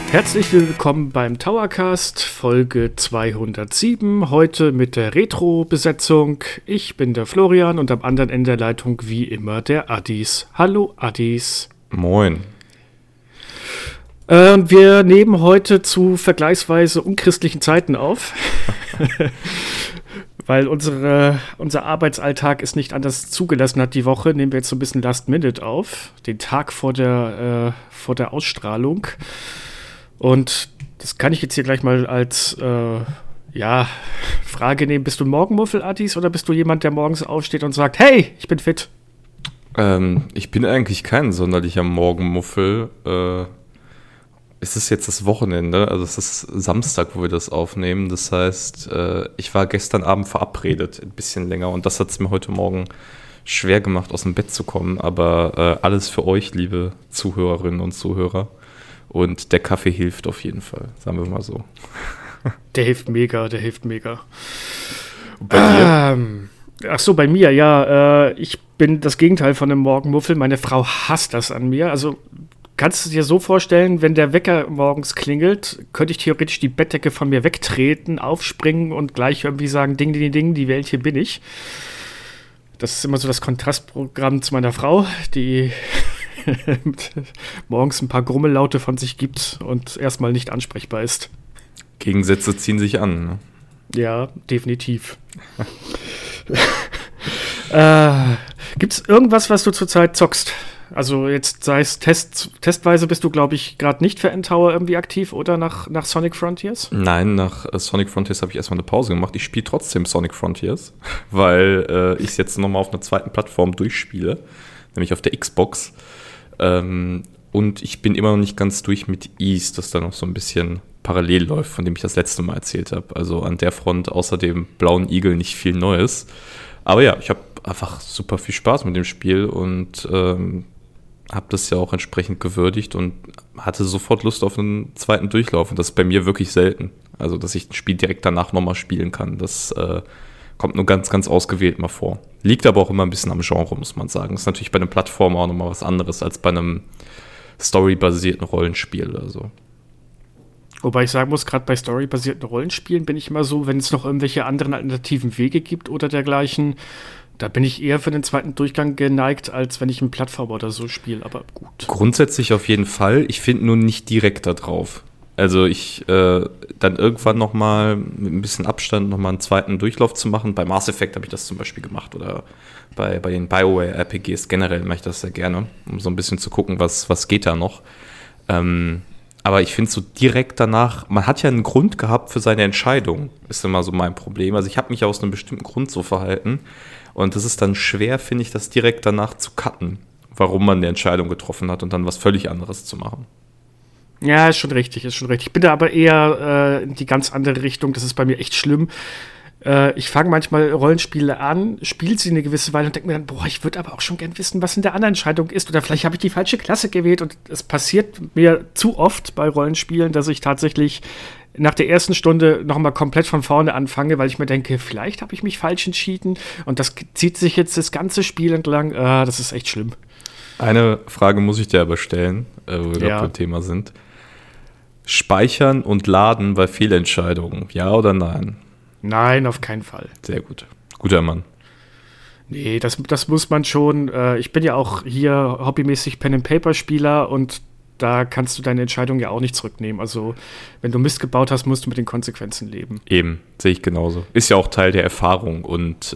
Herzlich willkommen beim Towercast, Folge 207, heute mit der Retro-Besetzung. Ich bin der Florian und am anderen Ende der Leitung wie immer der Addis. Hallo Addis. Moin. Und wir nehmen heute zu vergleichsweise unchristlichen Zeiten auf, weil unser Arbeitsalltag es nicht anders zugelassen hat die Woche. Nehmen wir jetzt so ein bisschen Last Minute auf, den Tag vor der Ausstrahlung. Und das kann ich jetzt hier gleich mal als Frage nehmen. Bist du ein Morgenmuffel, Addis, oder bist du jemand, der morgens aufsteht und sagt, hey, ich bin fit? Ich bin eigentlich kein sonderlicher Morgenmuffel. Es ist jetzt das Wochenende, also es ist Samstag, wo wir das aufnehmen. Das heißt, ich war gestern Abend verabredet, ein bisschen länger. Und das hat es mir heute Morgen schwer gemacht, aus dem Bett zu kommen. Aber alles für euch, liebe Zuhörerinnen und Zuhörer. Und der Kaffee hilft auf jeden Fall, sagen wir mal so. Der hilft mega. Bei dir? Ach so, bei mir, ja. Ich bin das Gegenteil von einem Morgenmuffel. Meine Frau hasst das an mir. Also kannst du dir so vorstellen, wenn der Wecker morgens klingelt, könnte ich theoretisch die Bettdecke von mir wegtreten, aufspringen und gleich irgendwie sagen, ding, ding, ding, die Welt, hier bin ich. Das ist immer so das Kontrastprogramm zu meiner Frau, die morgens ein paar Grummellaute von sich gibt und erstmal nicht ansprechbar ist. Gegensätze ziehen sich an, ne? Ja, definitiv. Gibt es irgendwas, was du zurzeit zockst? Also jetzt sei es testweise bist du, glaube ich, gerade nicht für N-Tower irgendwie aktiv oder nach Sonic Frontiers? Nein, nach Sonic Frontiers habe ich erstmal eine Pause gemacht. Ich spiele trotzdem Sonic Frontiers, weil ich es jetzt nochmal auf einer zweiten Plattform durchspiele, nämlich auf der Xbox. Und ich bin immer noch nicht ganz durch mit Ys, das da noch so ein bisschen parallel läuft, von dem ich das letzte Mal erzählt habe. Also an der Front außer dem blauen Igel nicht viel Neues. Aber ja, ich habe einfach super viel Spaß mit dem Spiel und habe das ja auch entsprechend gewürdigt und hatte sofort Lust auf einen zweiten Durchlauf. Und das ist bei mir wirklich selten. Also, dass ich ein Spiel direkt danach nochmal spielen kann, das kommt nur ganz, ganz ausgewählt mal vor. Liegt aber auch immer ein bisschen am Genre, muss man sagen. Ist natürlich bei einem Plattformer auch nochmal was anderes als bei einem storybasierten Rollenspiel oder so. Wobei ich sagen muss, gerade bei storybasierten Rollenspielen bin ich immer so, wenn es noch irgendwelche anderen alternativen Wege gibt oder dergleichen, da bin ich eher für den zweiten Durchgang geneigt, als wenn ich einen Plattformer oder so spiele, aber gut. Grundsätzlich auf jeden Fall. Ich finde nur nicht direkt da drauf. Also ich dann irgendwann nochmal mit ein bisschen Abstand nochmal einen zweiten Durchlauf zu machen. Bei Mass Effect habe ich das zum Beispiel gemacht oder bei den BioWare-RPGs generell mache ich das sehr gerne, um so ein bisschen zu gucken, was geht da noch. Aber ich finde so direkt danach, man hat ja einen Grund gehabt für seine Entscheidung, ist immer so mein Problem. Also ich habe mich aus einem bestimmten Grund so verhalten und das ist dann schwer, finde ich, das direkt danach zu cutten, warum man eine Entscheidung getroffen hat und dann was völlig anderes zu machen. Ja, ist schon richtig. Ich bin da aber eher in die ganz andere Richtung. Das ist bei mir echt schlimm. Ich fange manchmal Rollenspiele an, spiele sie eine gewisse Weile und denke mir dann, boah, ich würde aber auch schon gern wissen, was in der anderen Entscheidung ist. Oder vielleicht habe ich die falsche Klasse gewählt. Und es passiert mir zu oft bei Rollenspielen, dass ich tatsächlich nach der ersten Stunde nochmal komplett von vorne anfange, weil ich mir denke, vielleicht habe ich mich falsch entschieden. Und das zieht sich jetzt das ganze Spiel entlang. Das ist echt schlimm. Eine Frage muss ich dir aber stellen, wo wir gerade beim Thema sind. Speichern und laden bei Fehlentscheidungen, ja oder nein? Nein, auf keinen Fall. Sehr gut. Guter Mann. Nee, das muss man schon. Ich bin ja auch hier hobbymäßig Pen-and-Paper-Spieler und da kannst du deine Entscheidung ja auch nicht zurücknehmen. Also, wenn du Mist gebaut hast, musst du mit den Konsequenzen leben. Eben, sehe ich genauso. Ist ja auch Teil der Erfahrung und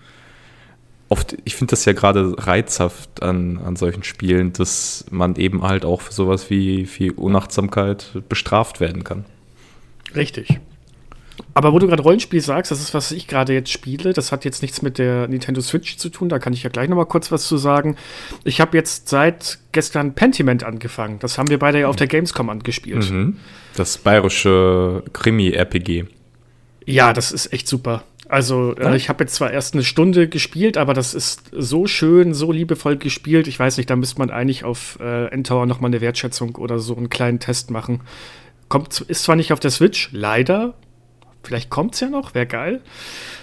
oft, ich finde das ja gerade reizhaft an solchen Spielen, dass man eben halt auch für sowas wie Unachtsamkeit bestraft werden kann. Richtig. Aber wo du gerade Rollenspiel sagst, das ist, was ich gerade jetzt spiele. Das hat jetzt nichts mit der Nintendo Switch zu tun. Da kann ich ja gleich noch mal kurz was zu sagen. Ich habe jetzt seit gestern Pentiment angefangen. Das haben wir beide ja auf der Gamescom angespielt. Mhm. Das bayerische Krimi-RPG. Ja, das ist echt super. Also ich habe jetzt zwar erst eine Stunde gespielt, aber das ist so schön, so liebevoll gespielt. Ich weiß nicht, da müsste man eigentlich auf N-Tower noch mal eine Wertschätzung oder so einen kleinen Test machen. Ist zwar nicht auf der Switch, leider. Vielleicht kommt's ja noch, wäre geil.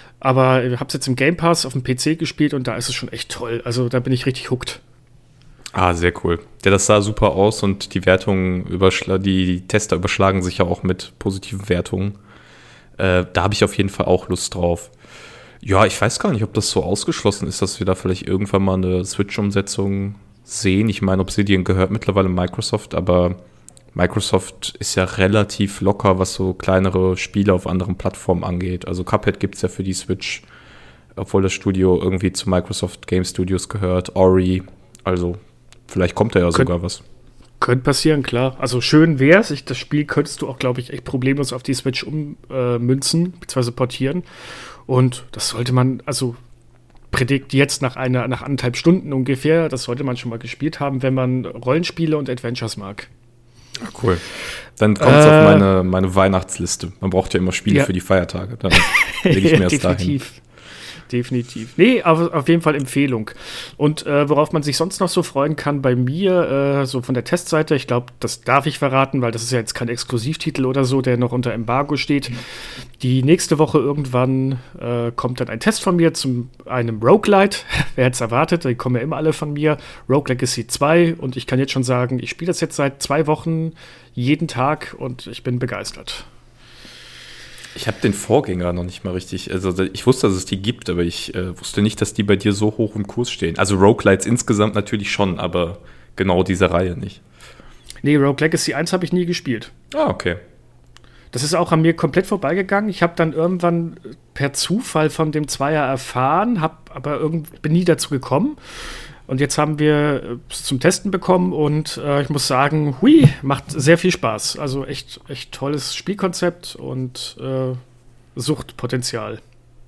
Aber ich habe es jetzt im Game Pass auf dem PC gespielt und da ist es schon echt toll. Also da bin ich richtig hooked. Ah, sehr cool. Ja, das sah super aus und die Wertungen die Tester überschlagen sich ja auch mit positiven Wertungen. Da habe ich auf jeden Fall auch Lust drauf. Ja, ich weiß gar nicht, ob das so ausgeschlossen ist, dass wir da vielleicht irgendwann mal eine Switch-Umsetzung sehen. Ich meine, Obsidian gehört mittlerweile Microsoft, aber Microsoft ist ja relativ locker, was so kleinere Spiele auf anderen Plattformen angeht. Also Cuphead gibt es ja für die Switch, obwohl das Studio irgendwie zu Microsoft Game Studios gehört. Ori, also vielleicht kommt da ja sogar was. Könnte passieren, klar. Also schön wär's. Das Spiel könntest du auch, glaube ich, echt problemlos auf die Switch ummünzen, bzw. portieren. Und das sollte man, also Predikt jetzt nach 1,5 Stunden ungefähr, das sollte man schon mal gespielt haben, wenn man Rollenspiele und Adventures mag. Ach, cool. Dann kommt es auf meine Weihnachtsliste. Man braucht ja immer Spiele für die Feiertage. Dann lege ich mir das dahin. Definitiv. Nee, auf jeden Fall Empfehlung. Und worauf man sich sonst noch so freuen kann bei mir, so von der Testseite, ich glaube, das darf ich verraten, weil das ist ja jetzt kein Exklusivtitel oder so, der noch unter Embargo steht. Die nächste Woche irgendwann kommt dann ein Test von mir zu einem Roguelite. Wer hätte es erwartet? Die kommen ja immer alle von mir. Rogue Legacy 2. Und ich kann jetzt schon sagen, ich spiele das jetzt seit 2 Wochen jeden Tag und ich bin begeistert. Ich habe den Vorgänger noch nicht mal richtig, also ich wusste, dass es die gibt, aber ich wusste nicht, dass die bei dir so hoch im Kurs stehen. Also Roguelites insgesamt natürlich schon, aber genau diese Reihe nicht. Nee, Rogue Legacy 1 habe ich nie gespielt. Ah, okay. Das ist auch an mir komplett vorbeigegangen. Ich habe dann irgendwann per Zufall von dem Zweier erfahren, bin nie dazu gekommen. Und jetzt haben wir es zum Testen bekommen und ich muss sagen, macht sehr viel Spaß. Also echt tolles Spielkonzept und Suchtpotenzial.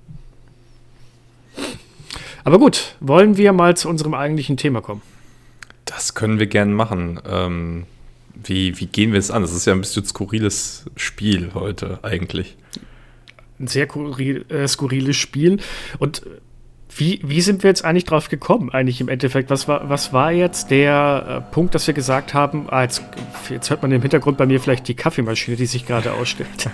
Aber gut, wollen wir mal zu unserem eigentlichen Thema kommen? Das können wir gerne machen. Wie gehen wir es an? Das ist ja ein bisschen skurriles Spiel heute eigentlich. Ein sehr skurriles Spiel. Und wie sind wir jetzt eigentlich drauf gekommen, eigentlich im Endeffekt? Was war jetzt der Punkt, dass wir gesagt haben, jetzt hört man im Hintergrund bei mir vielleicht die Kaffeemaschine, die sich gerade ausstellt.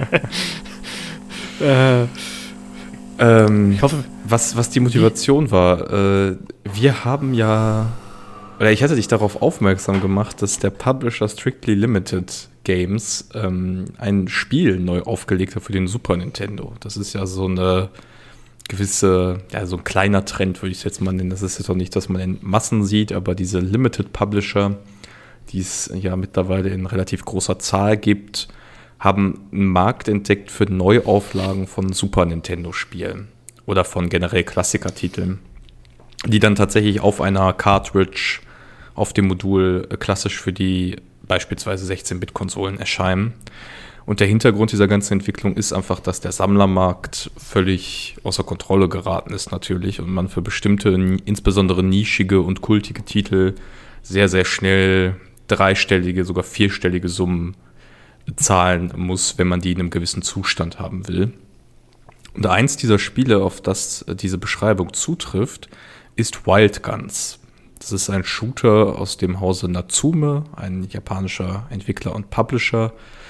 Ich hoffe, was die Motivation war. Wir haben ja, oder ich hatte dich darauf aufmerksam gemacht, dass der Publisher Strictly Limited Games ein Spiel neu aufgelegt hat für den Super Nintendo. Das ist ja so eine gewisse, so ein kleiner Trend, würde ich es jetzt mal nennen. Das ist jetzt auch nicht, dass man in Massen sieht, aber diese Limited Publisher, die es ja mittlerweile in relativ großer Zahl gibt, haben einen Markt entdeckt für Neuauflagen von Super Nintendo-Spielen oder von generell Klassikertiteln, die dann tatsächlich auf einer Cartridge auf dem Modul klassisch für die beispielsweise 16-Bit-Konsolen erscheinen. Und der Hintergrund dieser ganzen Entwicklung ist einfach, dass der Sammlermarkt völlig außer Kontrolle geraten ist natürlich und man für bestimmte, insbesondere nischige und kultige Titel sehr, sehr schnell 3-stellige, sogar 4-stellige Summen zahlen muss, wenn man die in einem gewissen Zustand haben will. Und eins dieser Spiele, auf das diese Beschreibung zutrifft, ist Wild Guns. Das ist ein Shooter aus dem Hause Natsume, ein japanischer Entwickler und Publisher,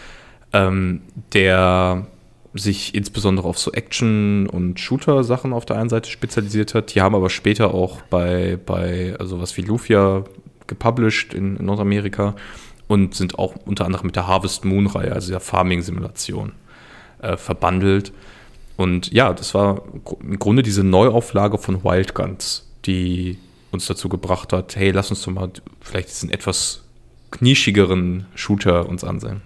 der sich insbesondere auf so Action- und Shooter-Sachen auf der einen Seite spezialisiert hat. Die haben aber später auch bei sowas wie Lufia gepublished in Nordamerika und sind auch unter anderem mit der Harvest Moon-Reihe, also der Farming-Simulation, verbandelt. Und ja, das war im Grunde diese Neuauflage von Wild Guns, die uns dazu gebracht hat, hey, lass uns doch mal vielleicht diesen etwas knischigeren Shooter uns ansehen.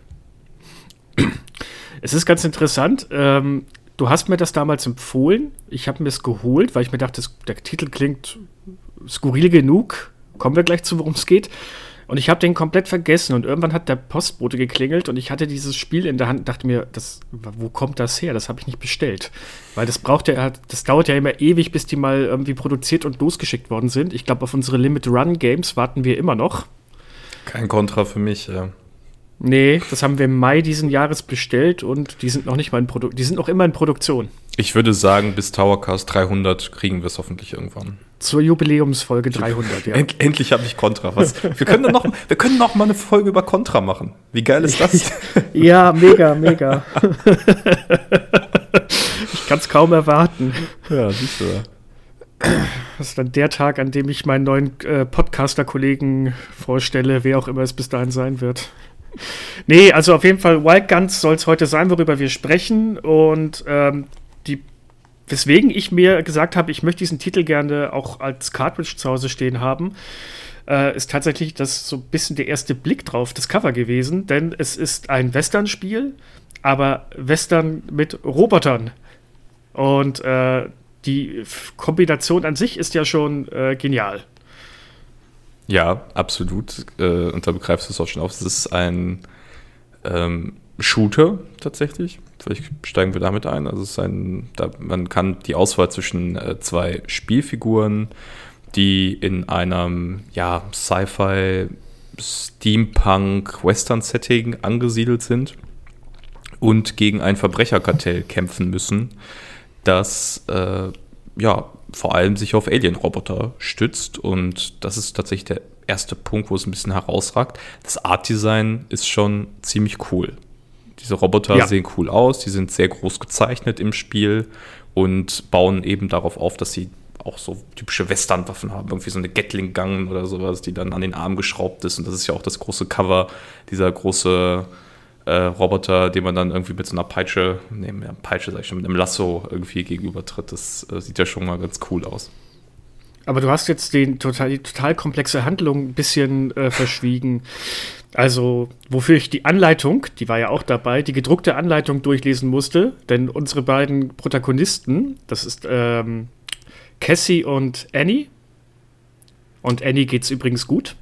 Es ist ganz interessant. Du hast mir das damals empfohlen. Ich habe mir es geholt, weil ich mir dachte, der Titel klingt skurril genug. Kommen wir gleich zu, worum es geht. Und ich habe den komplett vergessen. Und irgendwann hat der Postbote geklingelt und ich hatte dieses Spiel in der Hand und dachte mir, wo kommt das her? Das habe ich nicht bestellt. Weil das dauert ja immer ewig, bis die mal irgendwie produziert und losgeschickt worden sind. Ich glaube, auf unsere Limit-Run-Games warten wir immer noch. Kein Kontra für mich, ja. Nee, das haben wir im Mai diesen Jahres bestellt und die sind noch nicht mal die sind noch immer in Produktion. Ich würde sagen, bis Towercast 300 kriegen wir es hoffentlich irgendwann. Zur Jubiläumsfolge 300, ja. Endlich habe ich Contra. Wir können noch mal eine Folge über Contra machen. Wie geil ist das? Ja, mega. Ich kann es kaum erwarten. Ja, siehst du. Das ist dann der Tag, an dem ich meinen neuen Podcaster-Kollegen vorstelle, wer auch immer es bis dahin sein wird. Nee, also auf jeden Fall Wild Guns soll es heute sein, worüber wir sprechen. Und weswegen ich mir gesagt habe, ich möchte diesen Titel gerne auch als Cartridge zu Hause stehen haben, ist tatsächlich das so ein bisschen der erste Blick drauf, das Cover gewesen. Denn es ist ein Western-Spiel, aber Western mit Robotern. Und die Kombination an sich ist ja schon genial. Ja, absolut. Und da begreifst du es auch schon auf. Es ist ein Shooter tatsächlich. Vielleicht steigen wir damit ein. Also es ist man kann die Auswahl zwischen zwei Spielfiguren, die in einem Sci-Fi, Steampunk, Western-Setting angesiedelt sind und gegen ein Verbrecherkartell kämpfen müssen, das vor allem sich auf Alien-Roboter stützt. Und das ist tatsächlich der erste Punkt, wo es ein bisschen herausragt. Das Art-Design ist schon ziemlich cool. Diese Roboter sehen cool aus, die sind sehr groß gezeichnet im Spiel und bauen eben darauf auf, dass sie auch so typische Western-Waffen haben. Irgendwie so eine Gatling-Gun oder sowas, die dann an den Arm geschraubt ist. Und das ist ja auch das große Cover, dieser große Roboter, den man dann irgendwie mit so einer Peitsche, mit einem Lasso irgendwie gegenübertritt. Das sieht ja schon mal ganz cool aus. Aber du hast jetzt die total komplexe Handlung ein bisschen verschwiegen. Also, wofür ich die Anleitung, die war ja auch dabei, die gedruckte Anleitung durchlesen musste, denn unsere beiden Protagonisten, das ist Cassie und Annie, und Annie geht's übrigens gut.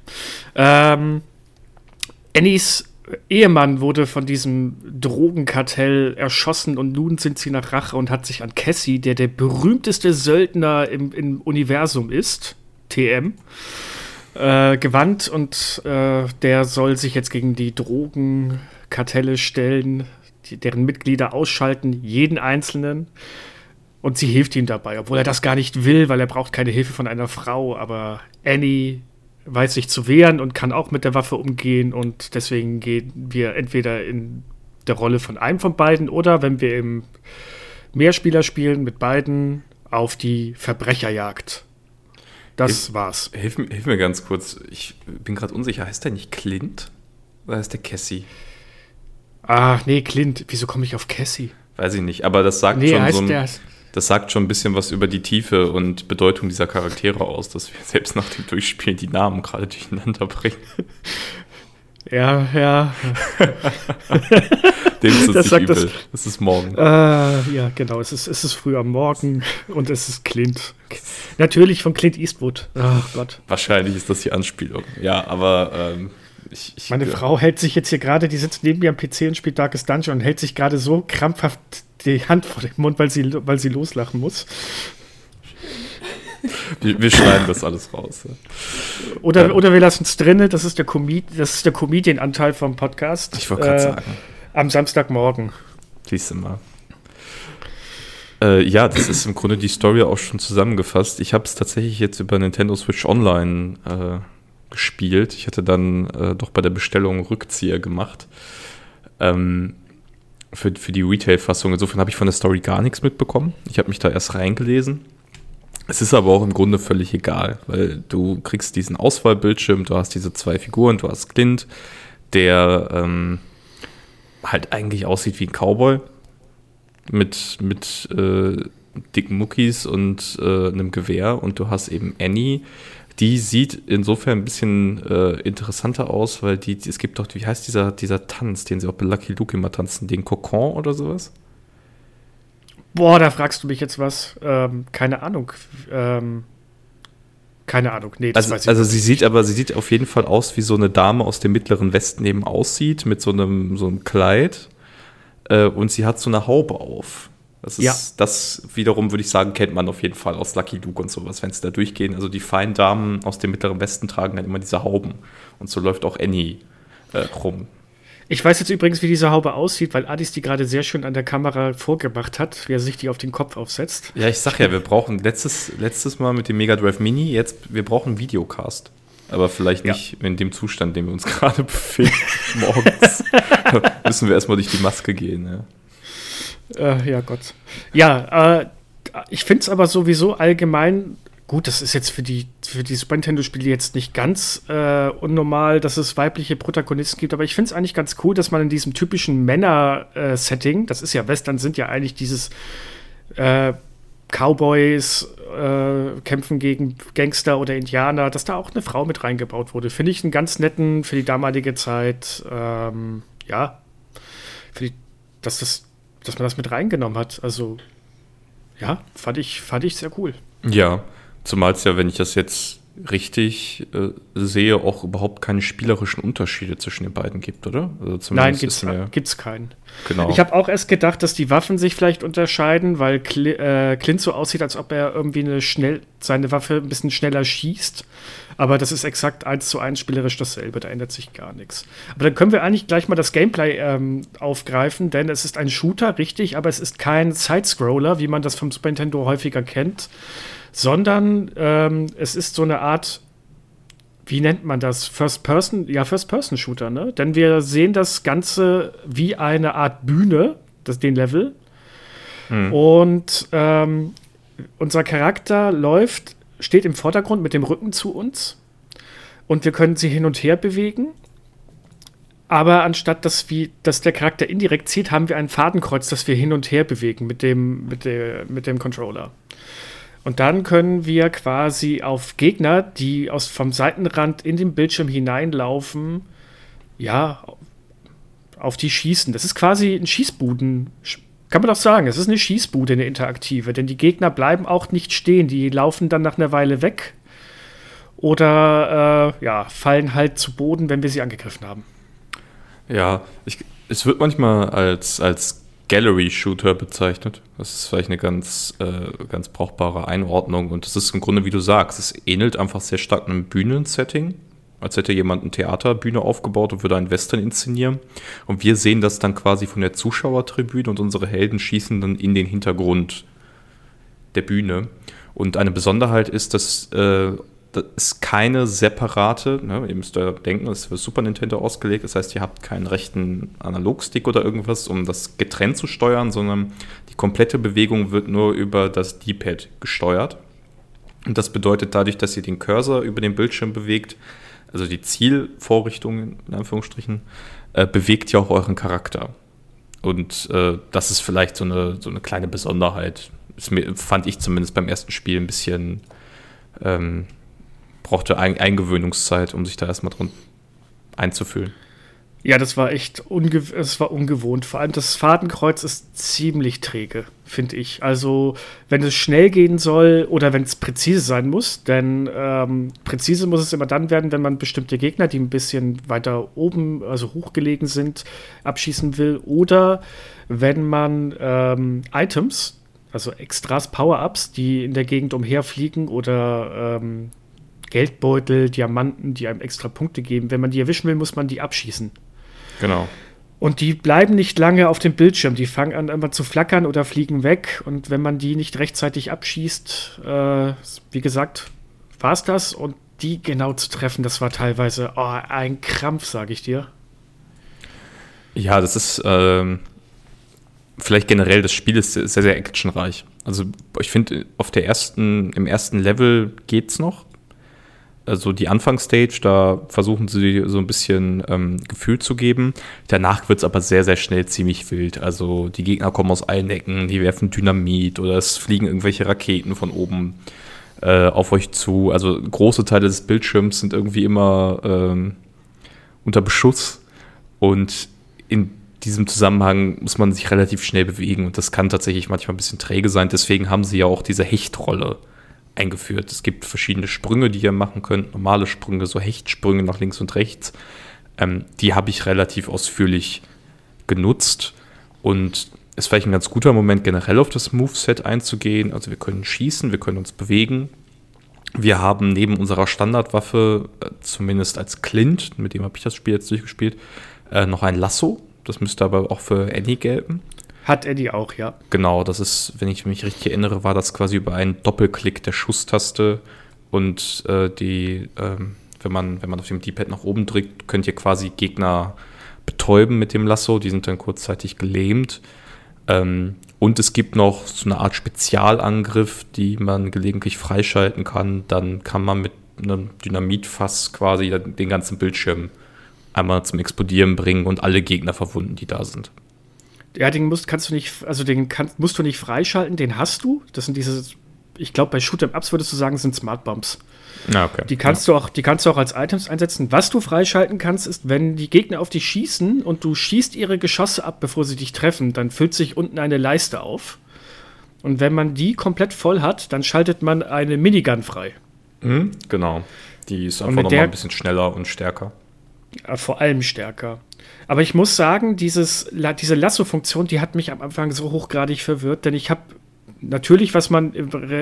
Annies Ehemann wurde von diesem Drogenkartell erschossen und nun sind sie nach Rache und hat sich an Cassie, der berühmteste Söldner im Universum ist, TM, gewandt und der soll sich jetzt gegen die Drogenkartelle stellen, deren Mitglieder ausschalten, jeden Einzelnen. Und sie hilft ihm dabei, obwohl er das gar nicht will, weil er braucht keine Hilfe von einer Frau. Aber Annie weiß sich zu wehren und kann auch mit der Waffe umgehen. Und deswegen gehen wir entweder in der Rolle von einem von beiden oder, wenn wir im Mehrspieler spielen, mit beiden auf die Verbrecherjagd. Das war's. Hilf mir ganz kurz. Ich bin gerade unsicher. Heißt der nicht Clint? Oder heißt der Cassie? Ah, nee, Clint. Wieso komme ich auf Cassie? Weiß ich nicht. Aber das sagt das sagt schon ein bisschen was über die Tiefe und Bedeutung dieser Charaktere aus, dass wir selbst nach dem Durchspielen die Namen gerade durcheinander bringen. Ja. Dem ist es nicht übel. Es ist morgen. Ja, genau. Es ist früh am Morgen und es ist Clint. Natürlich von Clint Eastwood. Ach Gott. Wahrscheinlich ist das die Anspielung. Ja, aber meine Frau hält sich jetzt hier gerade, die sitzt neben mir am PC und spielt Darkest Dungeon und hält sich gerade so krampfhaft die Hand vor dem Mund, weil sie loslachen muss. Wir schneiden das alles raus. Ja. Oder wir lassen es drinne, das ist der Comedian-Anteil vom Podcast. Ich wollte gerade sagen. Am Samstagmorgen. Siehst du mal. Ja, das ist im Grunde die Story auch schon zusammengefasst. Ich habe es tatsächlich jetzt über Nintendo Switch Online gespielt. Ich hatte dann doch bei der Bestellung Rückzieher gemacht. Für die Retail-Fassung. Insofern habe ich von der Story gar nichts mitbekommen. Ich habe mich da erst reingelesen. Es ist aber auch im Grunde völlig egal, weil du kriegst diesen Auswahlbildschirm, du hast diese zwei Figuren, du hast Clint, der halt eigentlich aussieht wie ein Cowboy mit dicken Muckis und einem Gewehr, und du hast eben Annie, die sieht insofern ein bisschen interessanter aus, weil es gibt doch, wie heißt dieser Tanz, den sie auch bei Lucky Luke immer tanzen, den Kokon oder sowas? Boah, da fragst du mich jetzt was. Keine Ahnung. Nee, das weiß ich nicht. Also sie sieht auf jeden Fall aus, wie so eine Dame aus dem Mittleren Westen eben aussieht, mit so einem Kleid. Und sie hat so eine Haube auf. Das wiederum, würde ich sagen, kennt man auf jeden Fall aus Lucky Luke und sowas, wenn sie da durchgehen. Also die feinen Damen aus dem Mittleren Westen tragen dann immer diese Hauben. Und so läuft auch Annie rum. Ich weiß jetzt übrigens, wie diese Haube aussieht, weil Adis die gerade sehr schön an der Kamera vorgemacht hat, wie er sich die auf den Kopf aufsetzt. Ja, ich sag ja, wir brauchen letztes Mal mit dem Mega Drive Mini, wir brauchen einen Videocast. Aber vielleicht nicht in dem Zustand, in dem wir uns gerade befinden, morgens. Müssen wir erstmal durch die Maske gehen, ja. Ja, Gott. Ja, ich finde es aber sowieso allgemein Gut, das ist jetzt für die Super Nintendo-Spiele jetzt nicht ganz unnormal, dass es weibliche Protagonisten gibt, aber ich finde es eigentlich ganz cool, dass man in diesem typischen Männer-Setting, das ist ja Western, sind ja eigentlich dieses Cowboys kämpfen gegen Gangster oder Indianer, dass da auch eine Frau mit reingebaut wurde. Finde ich einen ganz netten für die damalige Zeit, ja, dass man das mit reingenommen hat. Also, ja, fand ich sehr cool. Ja, zumal es ja, wenn ich das jetzt richtig sehe, auch überhaupt keine spielerischen Unterschiede zwischen den beiden gibt, oder? Also Nein, gibt's keinen. Genau. Ich habe auch erst gedacht, dass die Waffen sich vielleicht unterscheiden, weil Clint so aussieht, als ob er irgendwie seine Waffe ein bisschen schneller schießt. Aber das ist exakt 1:1 spielerisch dasselbe, da ändert sich gar nichts. Aber dann können wir eigentlich gleich mal das Gameplay aufgreifen, denn es ist ein Shooter, richtig, aber es ist kein Sidescroller, wie man das vom Super Nintendo häufiger kennt, sondern es ist so eine Art, wie nennt man das? First-Person-Shooter, ne? Denn wir sehen das Ganze wie eine Art Bühne, den Level. Und unser Charakter steht im Vordergrund mit dem Rücken zu uns und wir können sie hin und her bewegen. Aber anstatt dass der Charakter indirekt zieht, haben wir ein Fadenkreuz, das wir hin und her bewegen mit dem Controller. Und dann können wir quasi auf Gegner, die vom Seitenrand in den Bildschirm hineinlaufen, ja, auf die schießen. Das ist quasi ein kann man doch sagen, es ist eine Schießbude, eine interaktive, denn die Gegner bleiben auch nicht stehen, die laufen dann nach einer Weile weg oder fallen halt zu Boden, wenn wir sie angegriffen haben. Ja, es wird manchmal als Gallery-Shooter bezeichnet. Das ist vielleicht eine ganz brauchbare Einordnung. Und das ist im Grunde, wie du sagst, es ähnelt einfach sehr stark einem Bühnensetting, als hätte jemand eine Theaterbühne aufgebaut und würde einen Western inszenieren. Und wir sehen das dann quasi von der Zuschauertribüne und unsere Helden schießen dann in den Hintergrund der Bühne. Und eine Besonderheit ist, dass das ist keine separate, ne, ihr müsst ja denken, das ist für Super Nintendo ausgelegt, das heißt, ihr habt keinen rechten Analogstick oder irgendwas, um das getrennt zu steuern, sondern die komplette Bewegung wird nur über das D-Pad gesteuert. Und das bedeutet dadurch, dass ihr den Cursor über den Bildschirm bewegt, also die Zielvorrichtung in Anführungsstrichen, bewegt ja auch euren Charakter. Und das ist vielleicht so eine kleine Besonderheit. Fand ich zumindest beim ersten Spiel ein bisschen brauchte Eingewöhnungszeit, um sich da erstmal drin einzufühlen. Ja, das war echt ungewohnt. Vor allem das Fadenkreuz ist ziemlich träge, finde ich. Also, wenn es schnell gehen soll oder wenn es präzise sein muss, denn präzise muss es immer dann werden, wenn man bestimmte Gegner, die ein bisschen weiter oben, also hochgelegen sind, abschießen will. Oder wenn man Items, also Extras, Power-Ups, die in der Gegend umherfliegen oder Geldbeutel, Diamanten, die einem extra Punkte geben. Wenn man die erwischen will, muss man die abschießen. Genau. Und die bleiben nicht lange auf dem Bildschirm. Die fangen an, immer zu flackern oder fliegen weg. Und wenn man die nicht rechtzeitig abschießt, wie gesagt, war es das. Und die genau zu treffen, das war teilweise ein Krampf, sage ich dir. Ja, das ist vielleicht generell, das Spiel ist sehr, sehr actionreich. Also ich finde, im ersten Level geht's noch. Also die Anfangsstage, da versuchen sie so ein bisschen Gefühl zu geben. Danach wird es aber sehr, sehr schnell ziemlich wild. Also die Gegner kommen aus allen Ecken, die werfen Dynamit oder es fliegen irgendwelche Raketen von oben auf euch zu. Also große Teile des Bildschirms sind irgendwie immer unter Beschuss. Und in diesem Zusammenhang muss man sich relativ schnell bewegen. Und das kann tatsächlich manchmal ein bisschen träge sein. Deswegen haben sie ja auch diese Hechtrolle eingeführt. Es gibt verschiedene Sprünge, die ihr machen könnt, normale Sprünge, so Hechtsprünge nach links und rechts. Die habe ich relativ ausführlich genutzt und es ist vielleicht ein ganz guter Moment, generell auf das Moveset einzugehen. Also wir können schießen, wir können uns bewegen. Wir haben neben unserer Standardwaffe, zumindest als Clint, mit dem habe ich das Spiel jetzt durchgespielt, noch ein Lasso. Das müsste aber auch für Annie gelten. Hat Eddie auch, ja. Genau, das ist, wenn ich mich richtig erinnere, war das quasi über einen Doppelklick der Schusstaste und wenn man auf dem D-Pad nach oben drückt, könnt ihr quasi Gegner betäuben mit dem Lasso, die sind dann kurzzeitig gelähmt. Und es gibt noch so eine Art Spezialangriff, die man gelegentlich freischalten kann. Dann kann man mit einem Dynamitfass quasi den ganzen Bildschirm einmal zum Explodieren bringen und alle Gegner verwunden, die da sind. Ja, musst du nicht freischalten, den hast du. Das sind diese, ich glaube, bei Shoot'em-Ups würdest du sagen, sind Smart Bombs. Okay. Die kannst du auch als Items einsetzen. Was du freischalten kannst, ist, wenn die Gegner auf dich schießen und du schießt ihre Geschosse ab, bevor sie dich treffen, dann füllt sich unten eine Leiste auf. Und wenn man die komplett voll hat, dann schaltet man eine Minigun frei. Genau. Die ist einfach nochmal ein bisschen schneller und stärker. Vor allem stärker. Aber ich muss sagen, diese Lasso-Funktion, die hat mich am Anfang so hochgradig verwirrt, denn ich habe natürlich, was man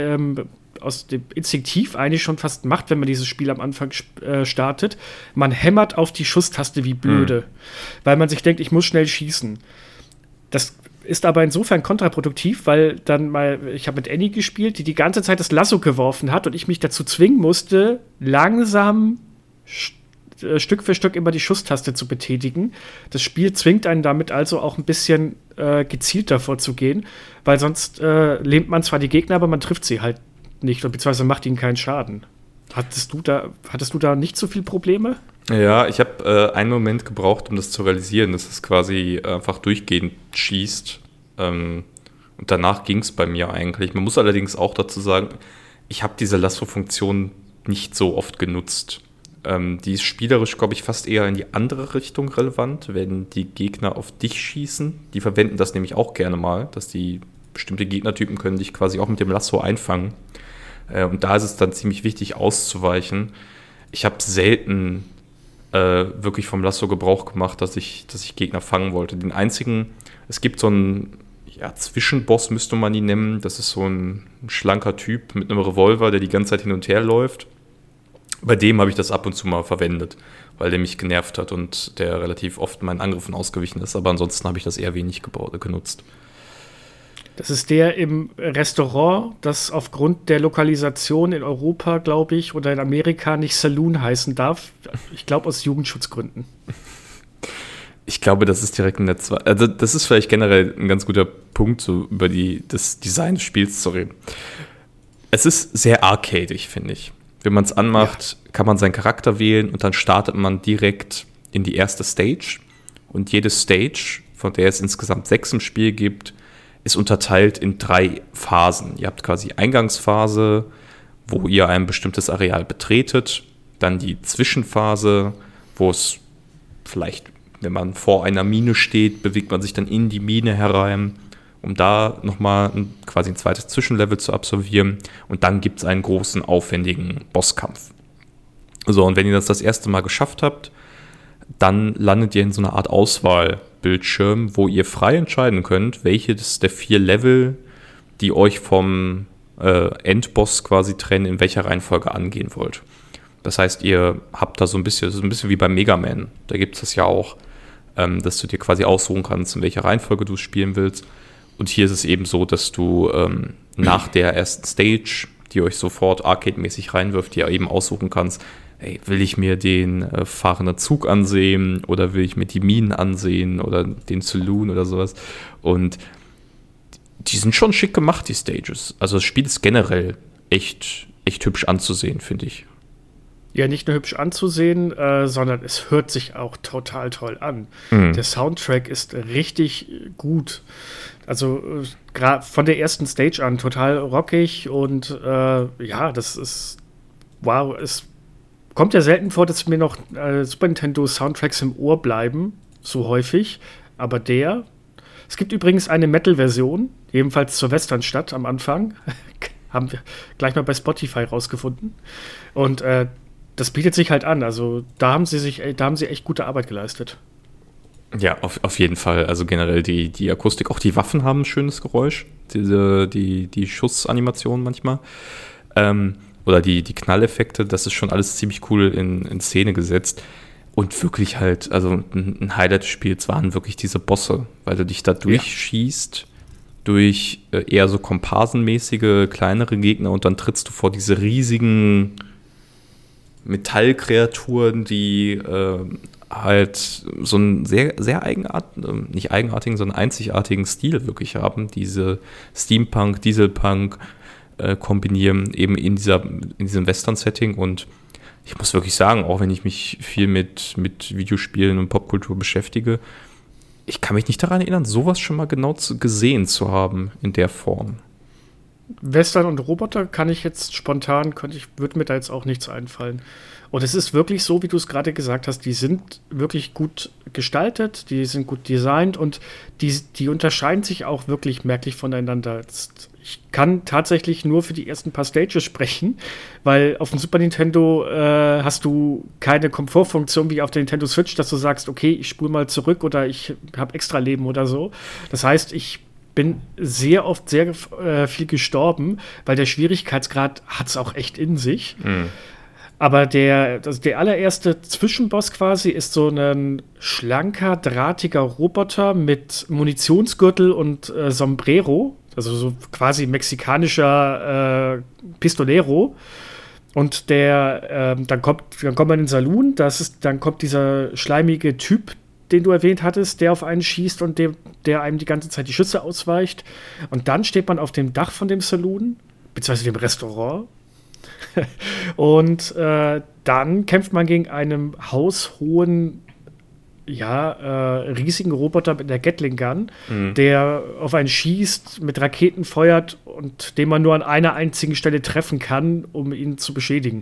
aus dem instinktiv eigentlich schon fast macht, wenn man dieses Spiel am Anfang startet, man hämmert auf die Schusstaste wie blöde, weil man sich denkt, ich muss schnell schießen. Das ist aber insofern kontraproduktiv, weil ich habe mit Annie gespielt, die ganze Zeit das Lasso geworfen hat und ich mich dazu zwingen musste, langsam Stück für Stück immer die Schusstaste zu betätigen. Das Spiel zwingt einen damit also auch ein bisschen gezielter vorzugehen, weil sonst lähmt man zwar die Gegner, aber man trifft sie halt nicht, beziehungsweise macht ihnen keinen Schaden. Hattest du da nicht so viel Probleme? Ja, ich habe einen Moment gebraucht, um das zu realisieren, dass es quasi einfach durchgehend schießt. Und danach ging es bei mir eigentlich. Man muss allerdings auch dazu sagen, ich habe diese Lasso-Funktion nicht so oft genutzt. Die ist spielerisch, glaube ich, fast eher in die andere Richtung relevant, wenn die Gegner auf dich schießen. Die verwenden das nämlich auch gerne mal, dass die bestimmte Gegnertypen können dich quasi auch mit dem Lasso einfangen. Und da ist es dann ziemlich wichtig auszuweichen. Ich habe selten wirklich vom Lasso Gebrauch gemacht, dass ich Gegner fangen wollte. Den einzigen, es gibt so einen Zwischenboss, müsste man ihn nennen. Das ist so ein schlanker Typ mit einem Revolver, der die ganze Zeit hin und her läuft. Bei dem habe ich das ab und zu mal verwendet, weil der mich genervt hat und der relativ oft meinen Angriffen ausgewichen ist. Aber ansonsten habe ich das eher wenig genutzt. Das ist der im Restaurant, das aufgrund der Lokalisation in Europa, glaube ich, oder in Amerika nicht Saloon heißen darf. Ich glaube aus Jugendschutzgründen. Ich glaube, das ist direkt in der also das ist vielleicht generell ein ganz guter Punkt, so über das Design des Spiels zu reden. Es ist sehr arcadig, finde ich. Wenn man es anmacht, kann man seinen Charakter wählen und dann startet man direkt in die erste Stage. Und jede Stage, von der es insgesamt 6 im Spiel gibt, ist unterteilt in 3 Phasen. Ihr habt quasi Eingangsphase, wo ihr ein bestimmtes Areal betretet. Dann die Zwischenphase, wo es vielleicht, wenn man vor einer Mine steht, bewegt man sich dann in die Mine herein, um da nochmal quasi ein zweites Zwischenlevel zu absolvieren. Und dann gibt es einen großen, aufwendigen Bosskampf. So, und wenn ihr das erste Mal geschafft habt, dann landet ihr in so einer Art Auswahlbildschirm, wo ihr frei entscheiden könnt, welches der 4 Level, die euch vom Endboss quasi trennen, in welcher Reihenfolge angehen wollt. Das heißt, ihr habt da so ein bisschen wie bei Mega Man. Da gibt es das ja auch, dass du dir quasi aussuchen kannst, in welcher Reihenfolge du es spielen willst. Und hier ist es eben so, dass du nach der ersten Stage, die euch sofort arcade-mäßig reinwirft, dir eben aussuchen kannst, hey, will ich mir den fahrenden Zug ansehen oder will ich mir die Minen ansehen oder den Saloon oder sowas. Und die sind schon schick gemacht, die Stages. Also das Spiel ist generell echt hübsch anzusehen, finde ich. Ja, nicht nur hübsch anzusehen, sondern es hört sich auch total toll an. Der Soundtrack ist richtig gut. Also gerade von der ersten Stage an total rockig und das ist wow. Es kommt ja selten vor, dass mir noch Super Nintendo Soundtracks im Ohr bleiben, so häufig. Aber es gibt übrigens eine Metal-Version, ebenfalls zur Westernstadt am Anfang. Haben wir gleich mal bei Spotify rausgefunden. Und das bietet sich halt an. Also da haben sie echt gute Arbeit geleistet. Ja, auf jeden Fall. Also generell die Akustik, auch die Waffen haben ein schönes Geräusch. Die Schussanimation manchmal. Oder die Knalleffekte, das ist schon alles ziemlich cool in Szene gesetzt. Und wirklich halt, also ein Highlight des Spiels waren wirklich diese Bosse, weil du dich da durchschießt durch eher so komparsenmäßige, kleinere Gegner und dann trittst du vor diese riesigen Metallkreaturen, die halt so einen sehr, sehr nicht eigenartigen, sondern einzigartigen Stil wirklich haben. Diese Steampunk, Dieselpunk kombinieren eben in diesem Western-Setting. Und ich muss wirklich sagen, auch wenn ich mich viel mit Videospielen und Popkultur beschäftige, ich kann mich nicht daran erinnern, sowas schon mal genau gesehen zu haben in der Form. Western und Roboter kann ich jetzt spontan, würde mir da jetzt auch nichts einfallen. Und es ist wirklich so, wie du es gerade gesagt hast, die sind wirklich gut gestaltet, die sind gut designt und die unterscheiden sich auch wirklich merklich voneinander. Ich kann tatsächlich nur für die ersten paar Stages sprechen, weil auf dem Super Nintendo hast du keine Komfortfunktion wie auf der Nintendo Switch, dass du sagst, okay, ich spule mal zurück oder ich habe extra Leben oder so. Das heißt, ich bin sehr oft sehr viel gestorben, weil der Schwierigkeitsgrad hat es auch echt in sich. Mhm. Aber der allererste Zwischenboss quasi ist so ein schlanker, drahtiger Roboter mit Munitionsgürtel und Sombrero, also so quasi mexikanischer Pistolero. Und dann kommt man in den Saloon, dann kommt dieser schleimige Typ, den du erwähnt hattest, der auf einen schießt und der einem die ganze Zeit die Schüsse ausweicht. Und dann steht man auf dem Dach von dem Saloon, beziehungsweise dem Restaurant. Und dann kämpft man gegen einen haushohen, riesigen Roboter mit der Gatling Gun, der auf einen schießt, mit Raketen feuert und den man nur an einer einzigen Stelle treffen kann, um ihn zu beschädigen.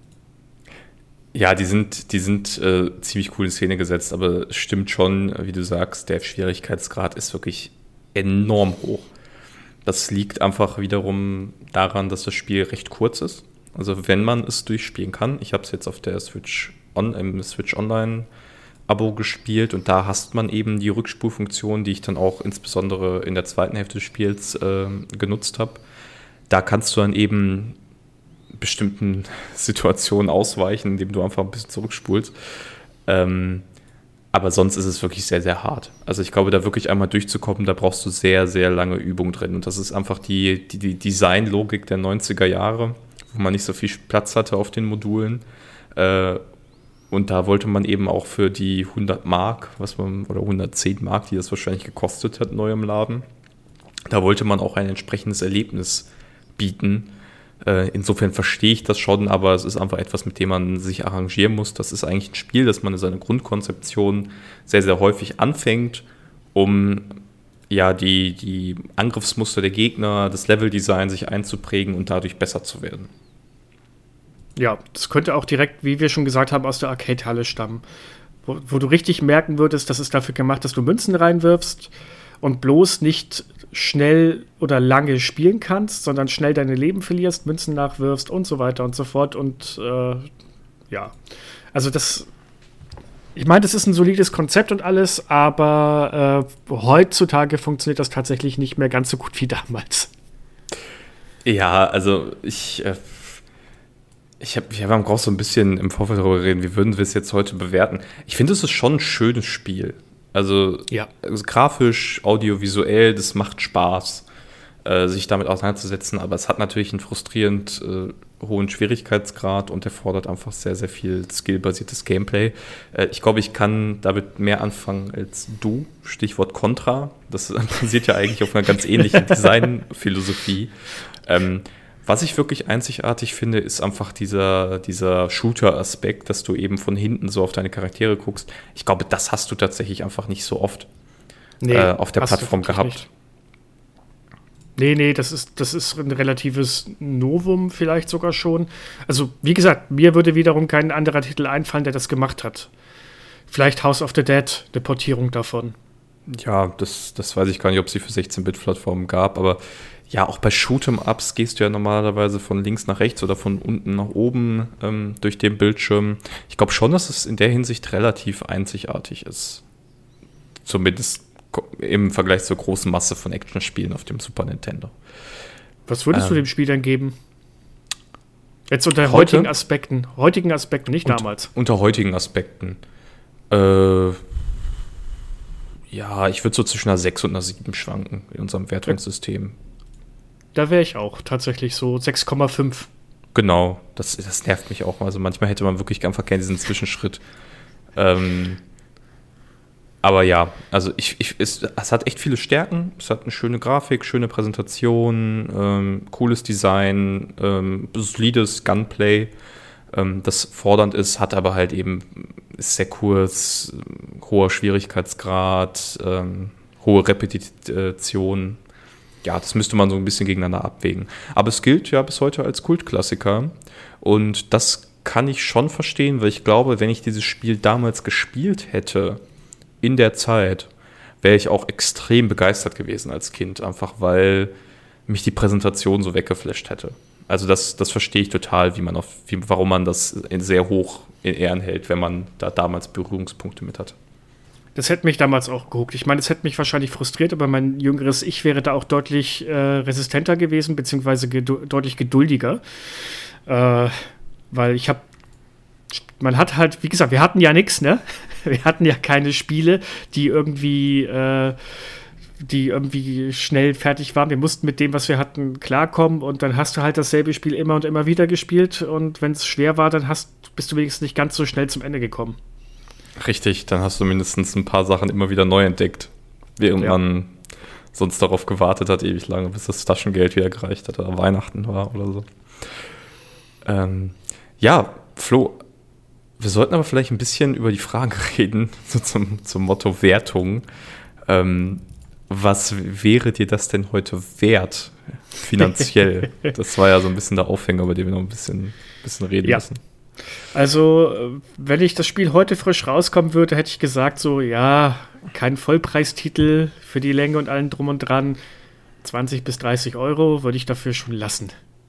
Ja, die sind ziemlich cool in Szene gesetzt, aber es stimmt schon, wie du sagst, der Schwierigkeitsgrad ist wirklich enorm hoch. Das liegt einfach wiederum daran, dass das Spiel recht kurz ist. Also wenn man es durchspielen kann, ich habe es jetzt auf der im Switch Online Abo gespielt und da hast man eben die Rückspulfunktion, die ich dann auch insbesondere in der zweiten Hälfte des Spiels genutzt habe. Da kannst du dann eben bestimmten Situationen ausweichen, indem du einfach ein bisschen zurückspulst. Aber sonst ist es wirklich sehr, sehr hart. Also ich glaube, da wirklich einmal durchzukommen, da brauchst du sehr, sehr lange Übung drin. Und das ist einfach die Designlogik der 90er Jahre, wo man nicht so viel Platz hatte auf den Modulen. Und da wollte man eben auch für die 100 Mark, oder 110 Mark, die das wahrscheinlich gekostet hat, neu im Laden, da wollte man auch ein entsprechendes Erlebnis bieten. Insofern verstehe ich das schon, aber es ist einfach etwas, mit dem man sich arrangieren muss. Das ist eigentlich ein Spiel, das man in seiner Grundkonzeption sehr, sehr häufig anfängt, um die Angriffsmuster der Gegner, das Leveldesign sich einzuprägen und dadurch besser zu werden. Ja, das könnte auch direkt, wie wir schon gesagt haben, aus der Arcade-Halle stammen. Wo du richtig merken würdest, dass es dafür gemacht ist, dass du Münzen reinwirfst und bloß nicht schnell oder lange spielen kannst, sondern schnell deine Leben verlierst, Münzen nachwirfst und so weiter und so fort. Und also ich meine, das ist ein solides Konzept und alles, aber heutzutage funktioniert das tatsächlich nicht mehr ganz so gut wie damals. Ja, also wir haben auch so ein bisschen im Vorfeld darüber reden, wie würden wir es jetzt heute bewerten. Ich finde, es ist schon ein schönes Spiel. Also grafisch, audiovisuell, das macht Spaß, sich damit auseinanderzusetzen, aber es hat natürlich einen frustrierend hohen Schwierigkeitsgrad und erfordert einfach sehr, sehr viel skillbasiertes Gameplay. Ich glaube, ich kann damit mehr anfangen als du. Stichwort Contra. Das basiert ja eigentlich auf einer ganz ähnlichen Designphilosophie. Was ich wirklich einzigartig finde, ist einfach dieser Shooter-Aspekt, dass du eben von hinten so auf deine Charaktere guckst. Ich glaube, das hast du tatsächlich einfach nicht so oft auf der Plattform gehabt. Nicht. Nee, das ist ein relatives Novum vielleicht sogar schon. Also, wie gesagt, mir würde wiederum kein anderer Titel einfallen, der das gemacht hat. Vielleicht House of the Dead, eine Portierung davon. Ja, das weiß ich gar nicht, ob es sie für 16-Bit-Plattformen gab, aber ja, auch bei Shoot'em-Ups gehst du ja normalerweise von links nach rechts oder von unten nach oben durch den Bildschirm. Ich glaube schon, dass es in der Hinsicht relativ einzigartig ist. Zumindest im Vergleich zur großen Masse von Actionspielen auf dem Super Nintendo. Was würdest du dem Spiel denn geben? Jetzt unter heutigen Aspekten. Heutigen Aspekten, nicht damals. Unter heutigen Aspekten. Ja, ich würde so zwischen einer 6 und einer 7 schwanken in unserem Wertungssystem. Da wäre ich auch tatsächlich so 6,5. Genau, das nervt mich auch. Also manchmal hätte man wirklich einfach gerne diesen Zwischenschritt. Aber ja, also es hat echt viele Stärken. Es hat eine schöne Grafik, schöne Präsentation, cooles Design, solides Gunplay, das fordernd ist, hat aber halt eben, ist sehr kurz, hoher Schwierigkeitsgrad, hohe Repetition. Ja, das müsste man so ein bisschen gegeneinander abwägen. Aber es gilt ja bis heute als Kultklassiker. Und das kann ich schon verstehen, weil ich glaube, wenn ich dieses Spiel damals gespielt hätte, in der Zeit, wäre ich auch extrem begeistert gewesen als Kind, einfach weil mich die Präsentation so weggeflasht hätte. Also das verstehe ich total, warum man das sehr hoch in Ehren hält, wenn man da damals Berührungspunkte mit hat. Das hätte mich damals auch gehuckt. Ich meine, das hätte mich wahrscheinlich frustriert, aber mein jüngeres Ich wäre da auch deutlich resistenter gewesen, beziehungsweise deutlich geduldiger. Weil man hat halt, wie gesagt, wir hatten ja nichts, ne? Wir hatten ja keine Spiele, die irgendwie schnell fertig waren. Wir mussten mit dem, was wir hatten, klarkommen und dann hast du halt dasselbe Spiel immer und immer wieder gespielt und wenn es schwer war, dann bist du wenigstens nicht ganz so schnell zum Ende gekommen. Richtig, dann hast du mindestens ein paar Sachen immer wieder neu entdeckt, während man sonst darauf gewartet hat, ewig lange, bis das Taschengeld wieder gereicht hat oder Weihnachten war oder so. Ja, Flo, wir sollten aber vielleicht ein bisschen über die Frage reden, so zum Motto Wertung. Was wäre dir das denn heute wert, finanziell? Das war ja so ein bisschen der Aufhänger, über den wir noch ein bisschen reden müssen. Also, wenn ich das Spiel heute frisch rauskommen würde, hätte ich gesagt, so, ja, kein Vollpreistitel für die Länge und allem drum und dran. 20 bis 30 Euro würde ich dafür schon lassen.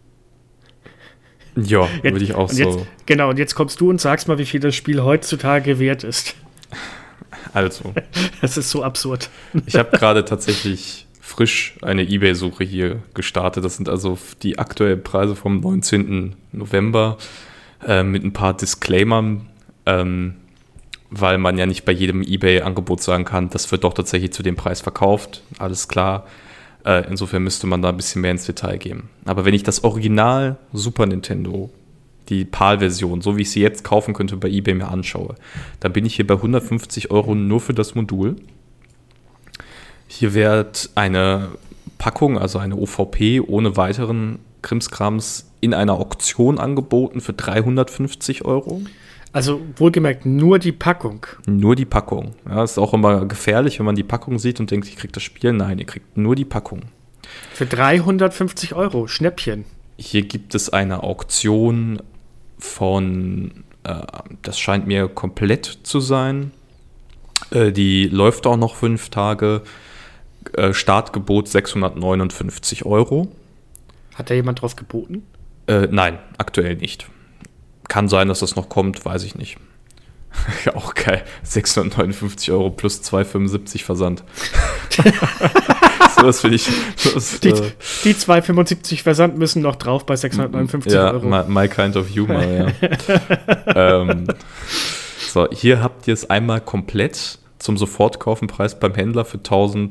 Ja, würde ich auch so. Genau, und jetzt kommst du und sagst mal, wie viel das Spiel heutzutage wert ist. Also. Das ist so absurd. Ich habe gerade tatsächlich frisch eine eBay-Suche hier gestartet. Das sind also die aktuellen Preise vom 19. November mit ein paar Disclaimern, weil man ja nicht bei jedem eBay-Angebot sagen kann, das wird doch tatsächlich zu dem Preis verkauft. Alles klar. Insofern müsste man da ein bisschen mehr ins Detail gehen. Aber wenn ich das Original Super Nintendo, die PAL-Version, so wie ich sie jetzt kaufen könnte, bei eBay mir anschaue, dann bin ich hier bei 150 Euro nur für das Modul. Hier wird eine Packung, also eine OVP ohne weiteren Krimskrams in einer Auktion angeboten für 350 Euro. Also wohlgemerkt nur die Packung. Nur die Packung. Ja, ist auch immer gefährlich, wenn man die Packung sieht und denkt, ich kriege das Spiel. Nein, ihr kriegt nur die Packung. Für 350 Euro, Schnäppchen. Hier gibt es eine Auktion von, das scheint mir komplett zu sein. Die läuft auch noch 5 Tage. Startgebot 659 Euro. Hat da jemand drauf geboten? Nein, aktuell nicht. Kann sein, dass das noch kommt, weiß ich nicht. Ja, auch geil. 659 Euro plus 2,75 Versand. So, das finde ich. Die 2,75 Versand müssen noch drauf bei 659 Euro. Ja, my kind of humor, ja. So, hier habt ihr es einmal komplett zum Sofortkaufenpreis beim Händler für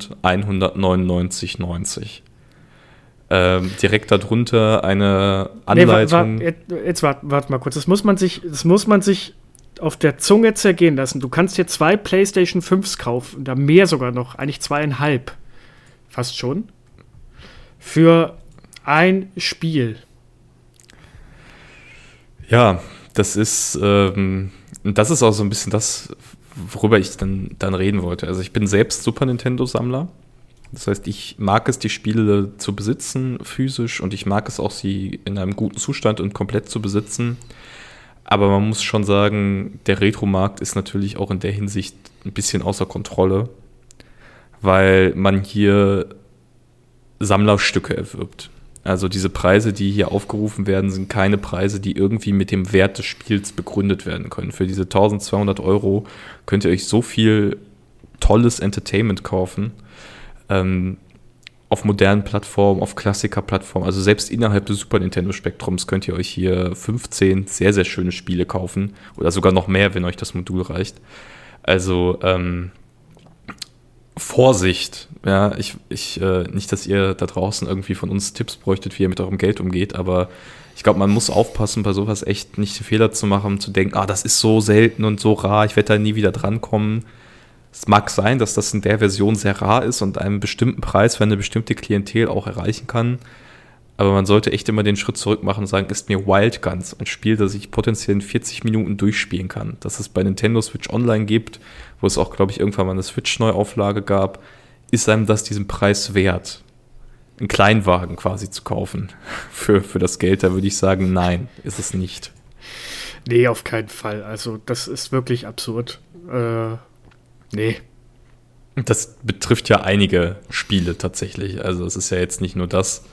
1.199,90. Direkt darunter eine Anleitung. Jetzt warte mal kurz. Das muss man sich auf der Zunge zergehen lassen. Du kannst hier 2 PlayStation 5s kaufen, da mehr sogar noch, eigentlich 2,5. Fast schon. Für ein Spiel. Ja, das ist auch so ein bisschen das, worüber ich dann reden wollte. Also ich bin selbst Super Nintendo-Sammler. Das heißt, ich mag es, die Spiele zu besitzen, physisch, und ich mag es auch, sie in einem guten Zustand und komplett zu besitzen. Aber man muss schon sagen, der Retro-Markt ist natürlich auch in der Hinsicht ein bisschen außer Kontrolle, weil man hier Sammlerstücke erwirbt. Also diese Preise, die hier aufgerufen werden, sind keine Preise, die irgendwie mit dem Wert des Spiels begründet werden können. Für diese 1.200 Euro könnt ihr euch so viel tolles Entertainment kaufen. Auf modernen Plattformen, auf Klassiker-Plattformen, also selbst innerhalb des Super Nintendo-Spektrums könnt ihr euch hier 15 sehr, sehr schöne Spiele kaufen oder sogar noch mehr, wenn euch das Modul reicht. Also Vorsicht. Ja, nicht, dass ihr da draußen irgendwie von uns Tipps bräuchtet, wie ihr mit eurem Geld umgeht, aber ich glaube, man muss aufpassen, bei sowas echt nicht den Fehler zu machen, zu denken, das ist so selten und so rar, ich werde da nie wieder drankommen. Es mag sein, dass das in der Version sehr rar ist und einen bestimmten Preis für eine bestimmte Klientel auch erreichen kann. Aber man sollte echt immer den Schritt zurück machen und sagen, ist mir Wild Guns ein Spiel, das ich potenziell in 40 Minuten durchspielen kann. Dass es bei Nintendo Switch Online gibt, wo es auch, glaube ich, irgendwann mal eine Switch-Neuauflage gab, ist einem das diesen Preis wert, einen Kleinwagen quasi zu kaufen für das Geld. Da würde ich sagen, nein, ist es nicht. Nee, auf keinen Fall. Also das ist wirklich absurd. Nee. Das betrifft ja einige Spiele tatsächlich. Also es ist ja jetzt nicht nur das.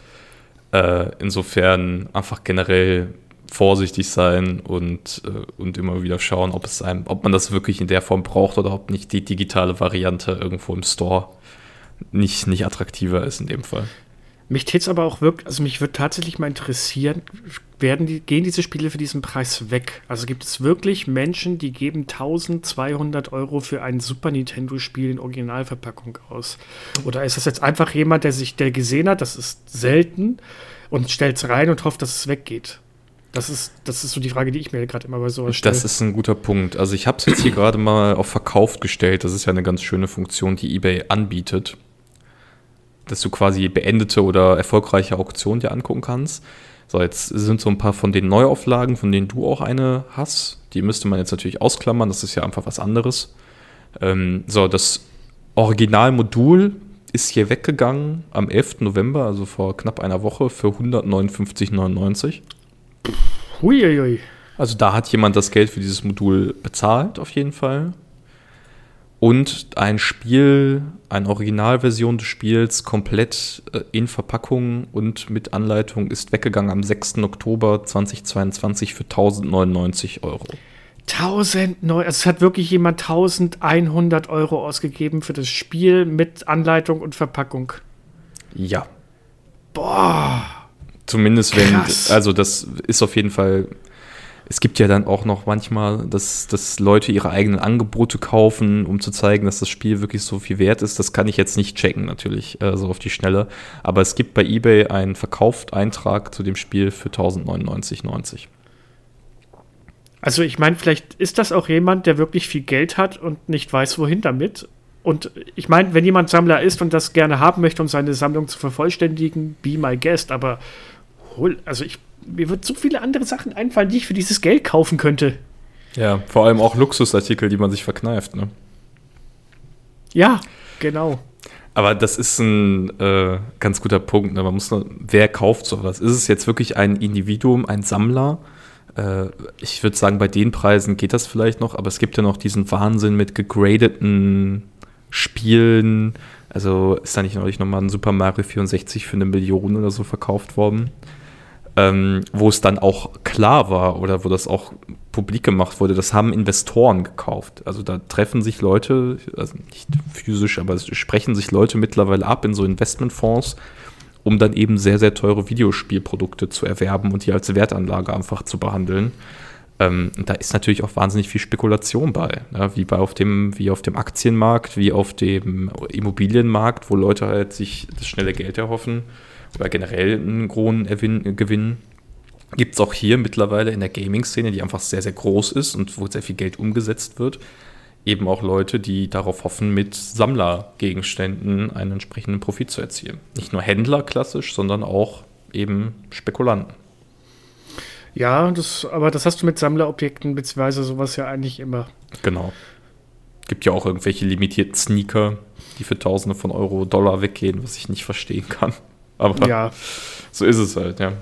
Insofern einfach generell vorsichtig sein und immer wieder schauen, ob man das wirklich in der Form braucht oder ob nicht die digitale Variante irgendwo im Store nicht attraktiver ist in dem Fall. Mich täte es aber auch wirklich, also mich würde tatsächlich mal interessieren, gehen diese Spiele für diesen Preis weg? Also gibt es wirklich Menschen, die geben 1.200 € für ein Super Nintendo-Spiel in Originalverpackung aus? Oder ist das jetzt einfach jemand, der gesehen hat, das ist selten und stellt es rein und hofft, dass es weggeht? Das ist so die Frage, die ich mir gerade immer bei sowas stelle. Das ist ein guter Punkt. Also ich habe es jetzt hier gerade mal auf Verkauf gestellt. Das ist ja eine ganz schöne Funktion, die eBay anbietet, dass du quasi beendete oder erfolgreiche Auktionen dir angucken kannst. So, jetzt sind so ein paar von den Neuauflagen, von denen du auch eine hast. Die müsste man jetzt natürlich ausklammern, das ist ja einfach was anderes. Das Originalmodul ist hier weggegangen am 11. November, also vor knapp einer Woche, für 159,99 €. Huiuiui. Also da hat jemand das Geld für dieses Modul bezahlt, auf jeden Fall. Und eine Originalversion des Spiels, komplett in Verpackung und mit Anleitung, ist weggegangen am 6. Oktober 2022 für 1.099 €. Also es hat wirklich jemand 1.100 € ausgegeben für das Spiel mit Anleitung und Verpackung. Ja. Boah. Zumindest krass. Also das ist auf jeden Fall. Es gibt ja dann auch noch manchmal, dass Leute ihre eigenen Angebote kaufen, um zu zeigen, dass das Spiel wirklich so viel wert ist. Das kann ich jetzt nicht checken, natürlich, so auf die Schnelle. Aber es gibt bei eBay einen Verkaufseintrag zu dem Spiel für 1.099,90 €. Also ich meine, vielleicht ist das auch jemand, der wirklich viel Geld hat und nicht weiß, wohin damit. Und ich meine, wenn jemand Sammler ist und das gerne haben möchte, um seine Sammlung zu vervollständigen, be my guest. Aber mir wird so viele andere Sachen einfallen, die ich für dieses Geld kaufen könnte. Ja, vor allem auch Luxusartikel, die man sich verkneift, ne? Ja, genau. Aber das ist ein ganz guter Punkt. Ne? Wer kauft sowas? Ist es jetzt wirklich ein Individuum, ein Sammler? Ich würde sagen, bei den Preisen geht das vielleicht noch, aber es gibt ja noch diesen Wahnsinn mit gegradeten Spielen. Also ist da nicht neulich nochmal ein Super Mario 64 für 1 Million oder so verkauft worden? Wo es dann auch klar war oder wo das auch publik gemacht wurde, das haben Investoren gekauft. Also da treffen sich Leute, also nicht physisch, aber es sprechen sich Leute mittlerweile ab in so Investmentfonds, um dann eben sehr, sehr teure Videospielprodukte zu erwerben und die als Wertanlage einfach zu behandeln. Und da ist natürlich auch wahnsinnig viel Spekulation bei, ne? Wie auf dem Aktienmarkt, wie auf dem Immobilienmarkt, wo Leute halt sich das schnelle Geld erhoffen oder generell einen hohen Gewinn. Gibt es auch hier mittlerweile in der Gaming-Szene, die einfach sehr, sehr groß ist und wo sehr viel Geld umgesetzt wird, eben auch Leute, die darauf hoffen, mit Sammlergegenständen einen entsprechenden Profit zu erzielen. Nicht nur Händler klassisch, sondern auch eben Spekulanten. Ja, aber das hast du mit Sammlerobjekten bzw. sowas ja eigentlich immer. Genau. Gibt ja auch irgendwelche limitierten Sneaker, die für Tausende von Euro, Dollar weggehen, was ich nicht verstehen kann. Aber ja, so ist es halt, ja.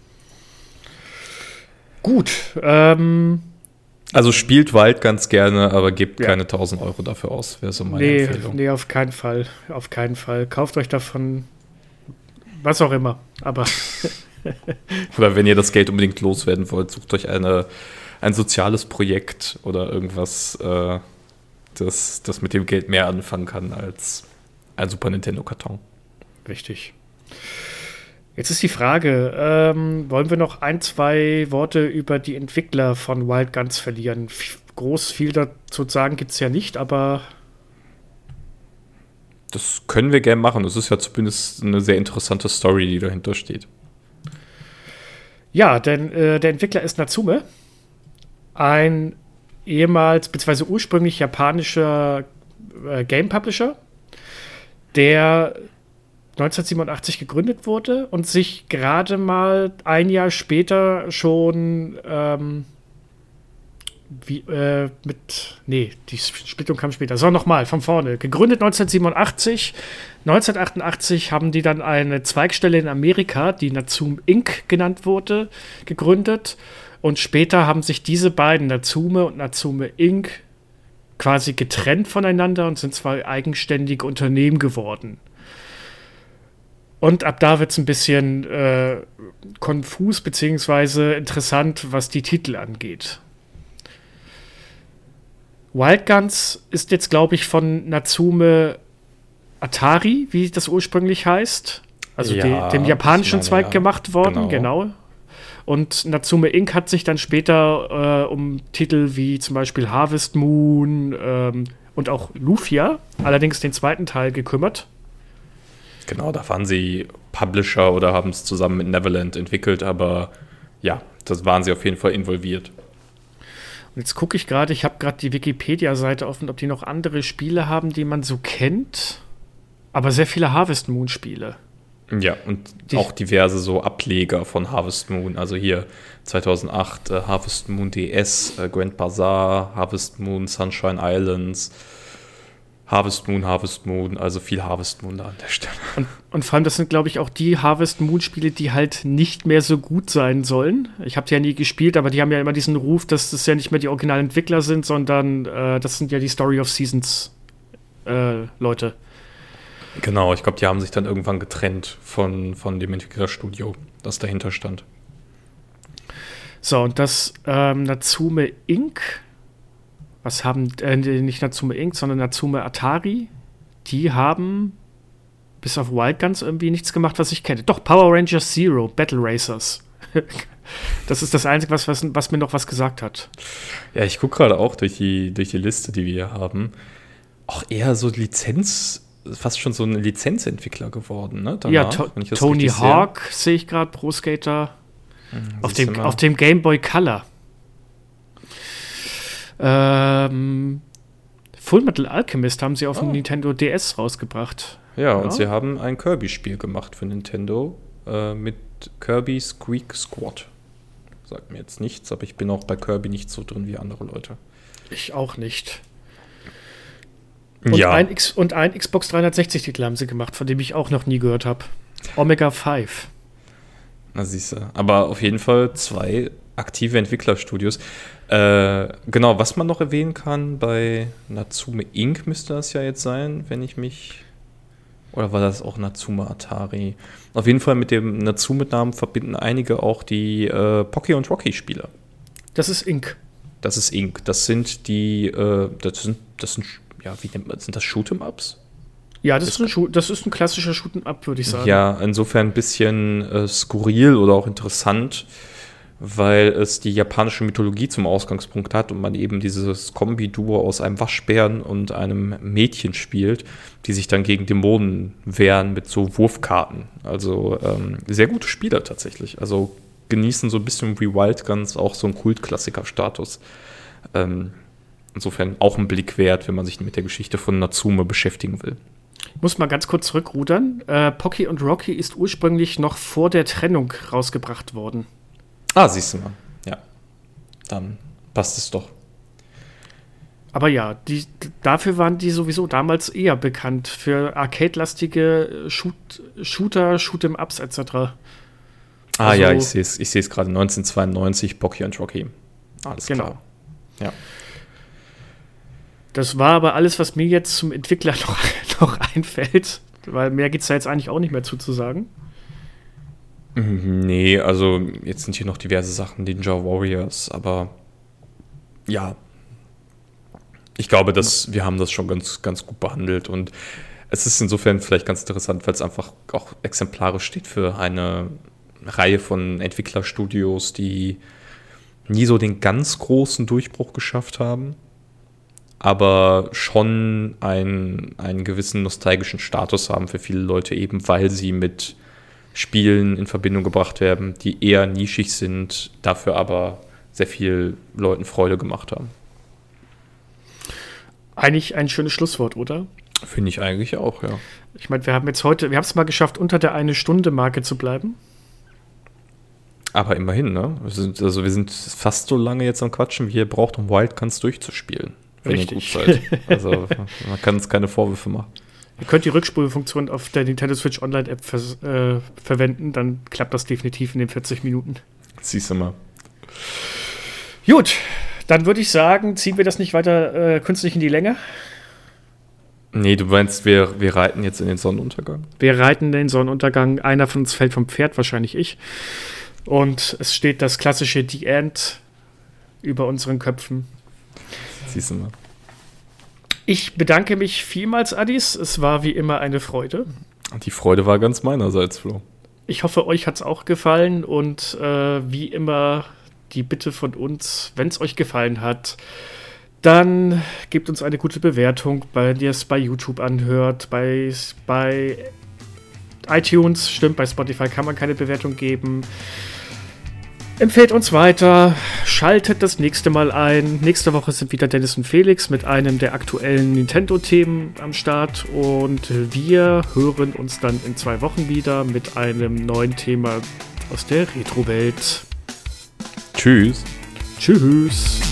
Gut. Also spielt Wild ganz gerne, aber gebt keine 1.000 € dafür aus, wäre so meine Empfehlung. Nee, auf keinen Fall. Auf keinen Fall. Kauft euch davon was auch immer. Aber oder wenn ihr das Geld unbedingt loswerden wollt, sucht euch ein soziales Projekt oder irgendwas, das mit dem Geld mehr anfangen kann als ein Super Nintendo-Karton. Richtig. Jetzt ist die Frage, wollen wir noch 1-2 Worte über die Entwickler von Wild Guns verlieren? Viel dazu sagen gibt es ja nicht, aber Das können wir gerne machen. Das ist ja zumindest eine sehr interessante Story, die dahinter steht. Ja, denn der Entwickler ist Natsume, ein ehemals bzw. ursprünglich japanischer Game Publisher, der 1987 gegründet wurde und sich gerade mal ein Jahr später schon die Splittung kam später. So, nochmal, von vorne. Gegründet 1987. 1988 haben die dann eine Zweigstelle in Amerika, die Natsume Inc. genannt wurde, gegründet. Und später haben sich diese beiden, Natsume und Natsume Inc., quasi getrennt voneinander und sind zwei eigenständige Unternehmen geworden. Und ab da wird es ein bisschen konfus beziehungsweise interessant, was die Titel angeht. Wild Guns ist jetzt, glaube ich, von Natsume Atari, wie das ursprünglich heißt. Also Ja, dem japanischen Zweig gemacht worden, genau. Und Natsume Inc. hat sich dann später um Titel wie zum Beispiel Harvest Moon und auch Lufia, allerdings den zweiten Teil, gekümmert. Genau, da waren sie Publisher oder haben es zusammen mit Neverland entwickelt, aber ja, das waren sie auf jeden Fall involviert. Und jetzt gucke ich gerade, ich habe gerade die Wikipedia-Seite offen, ob die noch andere Spiele haben, die man so kennt. Aber sehr viele Harvest Moon-Spiele. Ja, und auch diverse so Ableger von Harvest Moon. Also hier 2008 Harvest Moon DS, Grand Bazaar, Harvest Moon Sunshine Islands, Harvest Moon, also viel Harvest Moon da an der Stelle. Und vor allem, das sind, glaube ich, auch die Harvest Moon-Spiele, die halt nicht mehr so gut sein sollen. Ich habe die ja nie gespielt, aber die haben ja immer diesen Ruf, dass das ja nicht mehr die originalen Entwickler sind, sondern das sind ja die Story of Seasons Leute. Genau, ich glaube, die haben sich dann irgendwann getrennt von dem Entwicklerstudio, das dahinter stand. So, und das Natsume Inc., was haben, nicht Natsume Inc., sondern Natsume Atari, die haben bis auf Wild Guns irgendwie nichts gemacht, was ich kenne. Doch, Power Rangers Zero, Battle Racers. Das ist das Einzige, was mir noch was gesagt hat. Ja, ich gucke gerade auch durch die Liste, die wir hier haben. Auch eher so fast schon so ein Lizenzentwickler geworden, ne? Danach, ja, Tony Hawk sehe ich gerade, Pro Skater. Auf dem Game Boy Color. Full Metal Alchemist haben sie auf dem Nintendo DS rausgebracht. Ja, und sie haben ein Kirby-Spiel gemacht für Nintendo mit Kirby Squeak Squad. Sagt mir jetzt nichts, aber ich bin auch bei Kirby nicht so drin wie andere Leute. Ich auch nicht. Und ein Xbox 360-Titel haben sie gemacht, von dem ich auch noch nie gehört habe. Omega 5. Na siehste. Aber auf jeden Fall 2 aktive Entwicklerstudios. Genau, was man noch erwähnen kann, bei Natsume Inc. müsste das ja jetzt sein, wenn ich mich... Oder war das auch Natsume Atari? Auf jeden Fall mit dem Natsume-Namen verbinden einige auch die Pocky und Rocky-Spiele. Das ist Inc. Das ist Inc. Das sind die, das sind, ja, wie nennt man, sind das Shoot'em-Ups? Ja, das ist ein klassischer Shoot'em-Up, würde ich sagen. Ja, insofern ein bisschen skurril oder auch interessant, weil es die japanische Mythologie zum Ausgangspunkt hat und man eben dieses Kombi-Duo aus einem Waschbären und einem Mädchen spielt, die sich dann gegen Dämonen wehren mit so Wurfkarten. Also sehr gute Spieler tatsächlich. Also genießen so ein bisschen wie Wild Guns auch so einen Kultklassiker-Status. Insofern auch ein Blick wert, wenn man sich mit der Geschichte von Natsume beschäftigen will. Ich muss mal ganz kurz zurückrudern. Pocky und Rocky ist ursprünglich noch vor der Trennung rausgebracht worden. Ah, siehst du mal. Ja, dann passt es doch. Aber ja, dafür waren die sowieso damals eher bekannt, für arcade-lastige Shooter, Shoot'em-Ups etc. Ah also, ja, ich sehe es gerade, 1992, Pocky und Rocky. Alles klar. Ja. Das war aber alles, was mir jetzt zum Entwickler noch einfällt, weil mehr gibt es da jetzt eigentlich auch nicht mehr zu sagen. Nee, also jetzt sind hier noch diverse Sachen, Ninja Warriors, aber ja, ich glaube, wir haben das schon ganz, ganz gut behandelt und es ist insofern vielleicht ganz interessant, weil es einfach auch exemplarisch steht für eine Reihe von Entwicklerstudios, die nie so den ganz großen Durchbruch geschafft haben, aber schon einen gewissen nostalgischen Status haben für viele Leute, eben weil sie mit Spielen in Verbindung gebracht werden, die eher nischig sind, dafür aber sehr viel Leuten Freude gemacht haben. Eigentlich ein schönes Schlusswort, oder? Finde ich eigentlich auch, ja. Ich meine, wir haben es mal geschafft, unter der 1-Stunde-Marke zu bleiben. Aber immerhin, ne? Wir sind fast so lange jetzt am Quatschen, wie ihr braucht, um Wildcards durchzuspielen. Wenn Richtig. ihr gut seid. Also man kann uns keine Vorwürfe machen. Ihr könnt die Rückspulfunktion auf der Nintendo Switch Online-App verwenden, dann klappt das definitiv in den 40 Minuten. Siehst du mal. Gut, dann würde ich sagen, ziehen wir das nicht weiter künstlich in die Länge. Nee, du meinst, wir reiten jetzt in den Sonnenuntergang? Wir reiten in den Sonnenuntergang. Einer von uns fällt vom Pferd, wahrscheinlich ich. Und es steht das klassische The End über unseren Köpfen. Siehst du mal. Ich bedanke mich vielmals, Addis. Es war wie immer eine Freude. Die Freude war ganz meinerseits, Flo. Ich hoffe, euch hat es auch gefallen. Und wie immer die Bitte von uns, wenn es euch gefallen hat, dann gebt uns eine gute Bewertung, wenn ihr es bei YouTube anhört, bei iTunes, stimmt, bei Spotify kann man keine Bewertung geben. Empfehlt uns weiter, schaltet das nächste Mal ein. Nächste Woche sind wieder Dennis und Felix mit einem der aktuellen Nintendo-Themen am Start und wir hören uns dann in 2 Wochen wieder mit einem neuen Thema aus der Retro-Welt. Tschüss. Tschüss.